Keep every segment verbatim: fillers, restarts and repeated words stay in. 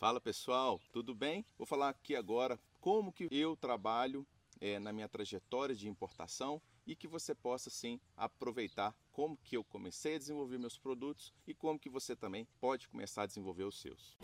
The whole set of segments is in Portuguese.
Fala pessoal, tudo bem? Vou falar aqui agora como que eu trabalho é, na minha trajetória de importação e que você possa sim aproveitar como que eu comecei a desenvolver meus produtos e como que você também pode começar a desenvolver os seus.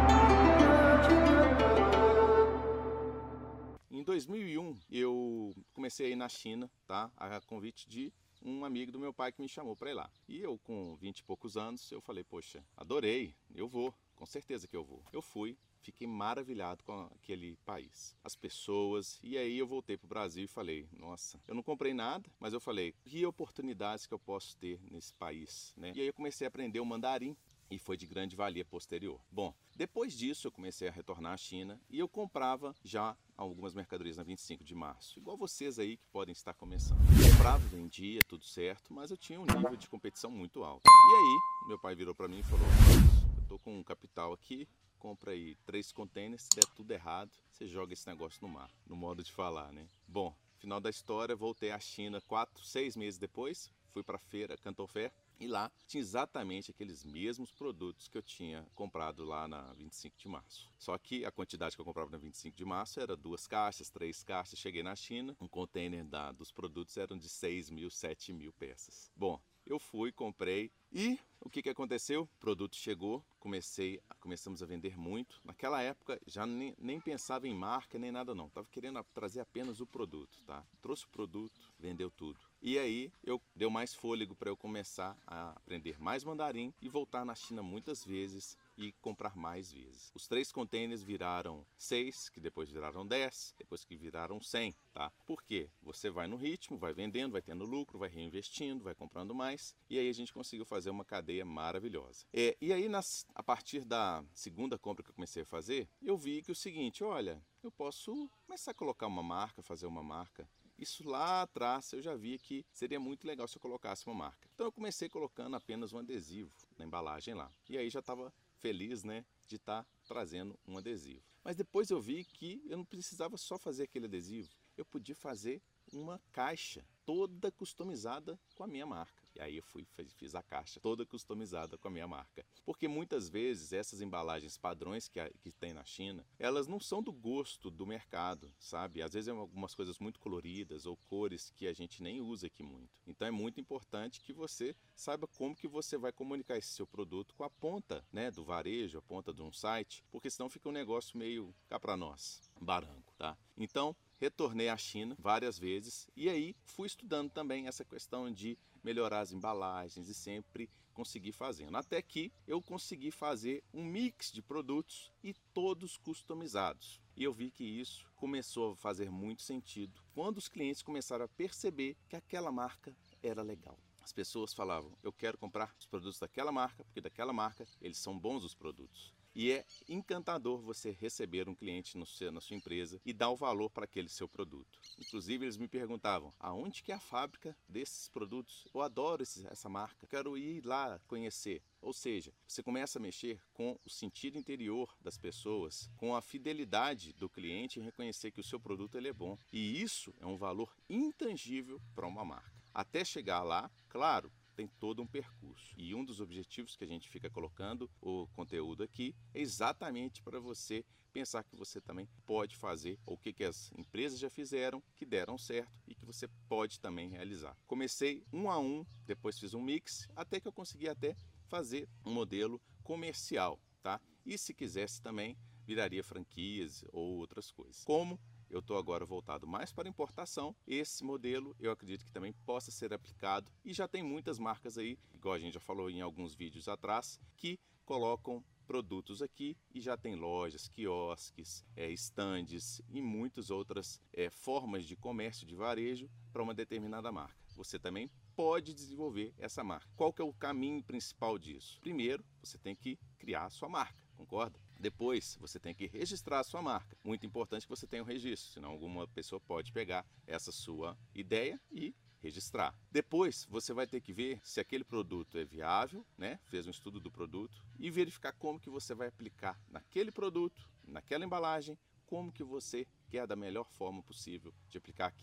Em dois mil e um eu comecei a ir na China, tá? A convite de um amigo do meu pai que me chamou para ir lá. E eu com vinte e poucos anos, eu falei, poxa, adorei, eu vou, com certeza que eu vou. Eu fui, fiquei maravilhado com aquele país, as pessoas, e aí eu voltei para o Brasil e falei, nossa, eu não comprei nada, mas eu falei, que oportunidades que eu posso ter nesse país, né? E aí eu comecei a aprender o mandarim, e foi de grande valia posterior. Bom, depois disso eu comecei a retornar à China e eu comprava já algumas mercadorias na vinte e cinco de março, igual vocês aí que podem estar começando. Eu comprava, vendia, tudo certo, mas eu tinha um nível de competição muito alto. E aí, meu pai virou para mim e falou, eu tô com um capital aqui, compra aí três contêineres, se der tudo errado, você joga esse negócio no mar, no modo de falar, né? Bom, final da história, voltei à China quatro, seis meses depois, fui para a feira Canton Fair, e lá tinha exatamente aqueles mesmos produtos que eu tinha comprado lá na vinte e cinco de março. Só que a quantidade que eu comprava na vinte e cinco de março era duas caixas, três caixas. Cheguei na China, um container da, dos produtos eram de seis mil, sete mil peças. Bom, eu fui, comprei e o que, que aconteceu? O produto chegou, comecei, começamos a vender muito. Naquela época já nem, nem pensava em marca nem nada não, estava querendo trazer apenas o produto, tá? Trouxe o produto, vendeu tudo. E aí eu deu mais fôlego para eu começar a aprender mais mandarim e voltar na China muitas vezes e comprar mais vezes. Os três containers viraram seis, que depois viraram dez, depois que viraram cem, tá? Por quê? Você vai no ritmo, vai vendendo, vai tendo lucro, vai reinvestindo, vai comprando mais e aí a gente conseguiu fazer uma cadeia maravilhosa. É, e aí nas, a partir da segunda compra que eu comecei a fazer, eu vi que o seguinte, olha, eu posso começar a colocar uma marca, fazer uma marca. Isso lá atrás eu já vi que seria muito legal se eu colocasse uma marca. Então eu comecei colocando apenas um adesivo na embalagem lá. E aí já estava feliz, né, de estar tá trazendo um adesivo. Mas depois eu vi que eu não precisava só fazer aquele adesivo. Eu podia fazer uma caixa toda customizada com a minha marca. E aí eu fui, fiz a caixa toda customizada com a minha marca. Porque muitas vezes essas embalagens padrões que, a, que tem na China, elas não são do gosto do mercado, sabe? Às vezes é algumas coisas muito coloridas ou cores que a gente nem usa aqui muito. Então é muito importante que você saiba como que você vai comunicar esse seu produto com a ponta, né, do varejo, a ponta de um site, porque senão fica um negócio meio cá para nós, baranco, tá? Então, retornei à China várias vezes e aí fui estudando também essa questão de melhorar as embalagens e sempre consegui fazendo. Até que eu consegui fazer um mix de produtos e todos customizados. E eu vi que isso começou a fazer muito sentido quando os clientes começaram a perceber que aquela marca era legal. As pessoas falavam, eu quero comprar os produtos daquela marca, porque daquela marca eles são bons os produtos. E é encantador você receber um cliente no seu, na sua empresa e dar o valor para aquele seu produto. Inclusive eles me perguntavam, aonde que é a fábrica desses produtos? Eu adoro esse, essa marca, quero ir lá conhecer. Ou seja, você começa a mexer com o sentido interior das pessoas, com a fidelidade do cliente em reconhecer que o seu produto ele é bom. E isso é um valor intangível para uma marca. Até chegar lá, claro, tem todo um percurso. E um dos objetivos que a gente fica colocando o conteúdo aqui é exatamente para você pensar que você também pode fazer o que, que as empresas já fizeram, que deram certo e que você pode também realizar. Comecei um a um, depois fiz um mix, até que eu consegui até fazer um modelo comercial, tá? E se quisesse também, viraria franquias ou outras coisas. Como eu estou agora voltado mais para importação, esse modelo eu acredito que também possa ser aplicado e já tem muitas marcas aí, igual a gente já falou em alguns vídeos atrás, que colocam produtos aqui e já tem lojas, quiosques, é, estandes e muitas outras é, formas de comércio de varejo para uma determinada marca. Você também pode desenvolver essa marca. Qual que é o caminho principal disso? Primeiro, você tem que criar a sua marca, concorda? Depois, você tem que registrar a sua marca. Muito importante que você tenha o registro, senão alguma pessoa pode pegar essa sua ideia e registrar. Depois, você vai ter que ver se aquele produto é viável, né? Fez um estudo do produto e verificar como que você vai aplicar naquele produto, naquela embalagem, como que você quer da melhor forma possível de aplicar aquilo.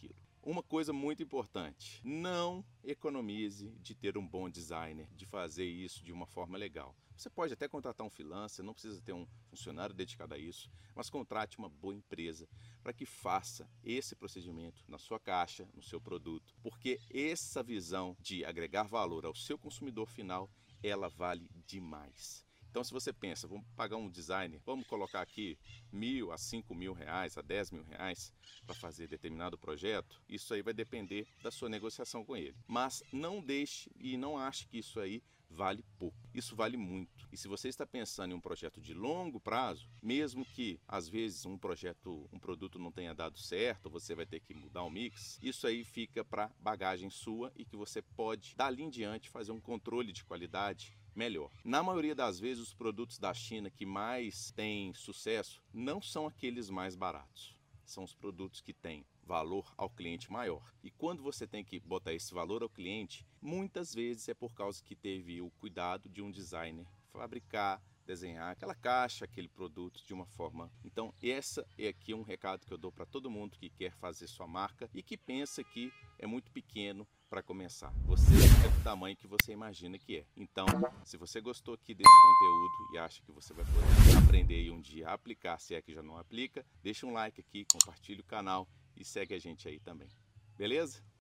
Uma coisa muito importante, não economize de ter um bom designer, de fazer isso de uma forma legal. Você pode até contratar um freelancer, não precisa ter um funcionário dedicado a isso, mas contrate uma boa empresa para que faça esse procedimento na sua caixa, no seu produto, porque essa visão de agregar valor ao seu consumidor final, ela vale demais. Então, se você pensa, vamos pagar um designer, vamos colocar aqui mil a cinco mil reais, a dez mil reais para fazer determinado projeto, isso aí vai depender da sua negociação com ele. Mas não deixe e não ache que isso aí vale pouco. Isso vale muito. E se você está pensando em um projeto de longo prazo, mesmo que às vezes um projeto, um produto não tenha dado certo, você vai ter que mudar o mix, isso aí fica para bagagem sua e que você pode, dali em diante, fazer um controle de qualidade melhor. Na maioria das vezes, os produtos da China que mais têm sucesso não são aqueles mais baratos. São os produtos que têm valor ao cliente maior. E quando você tem que botar esse valor ao cliente, muitas vezes é por causa que teve o cuidado de um designer fabricar, desenhar aquela caixa, aquele produto de uma forma. Então, essa é aqui um recado que eu dou para todo mundo que quer fazer sua marca e que pensa que é muito pequeno para começar. Você é do tamanho que você imagina que é. Então, se você gostou aqui desse conteúdo e acha que você vai poder aprender e um dia aplicar, se é que já não aplica, deixa um like aqui, compartilha o canal e segue a gente aí também. Beleza?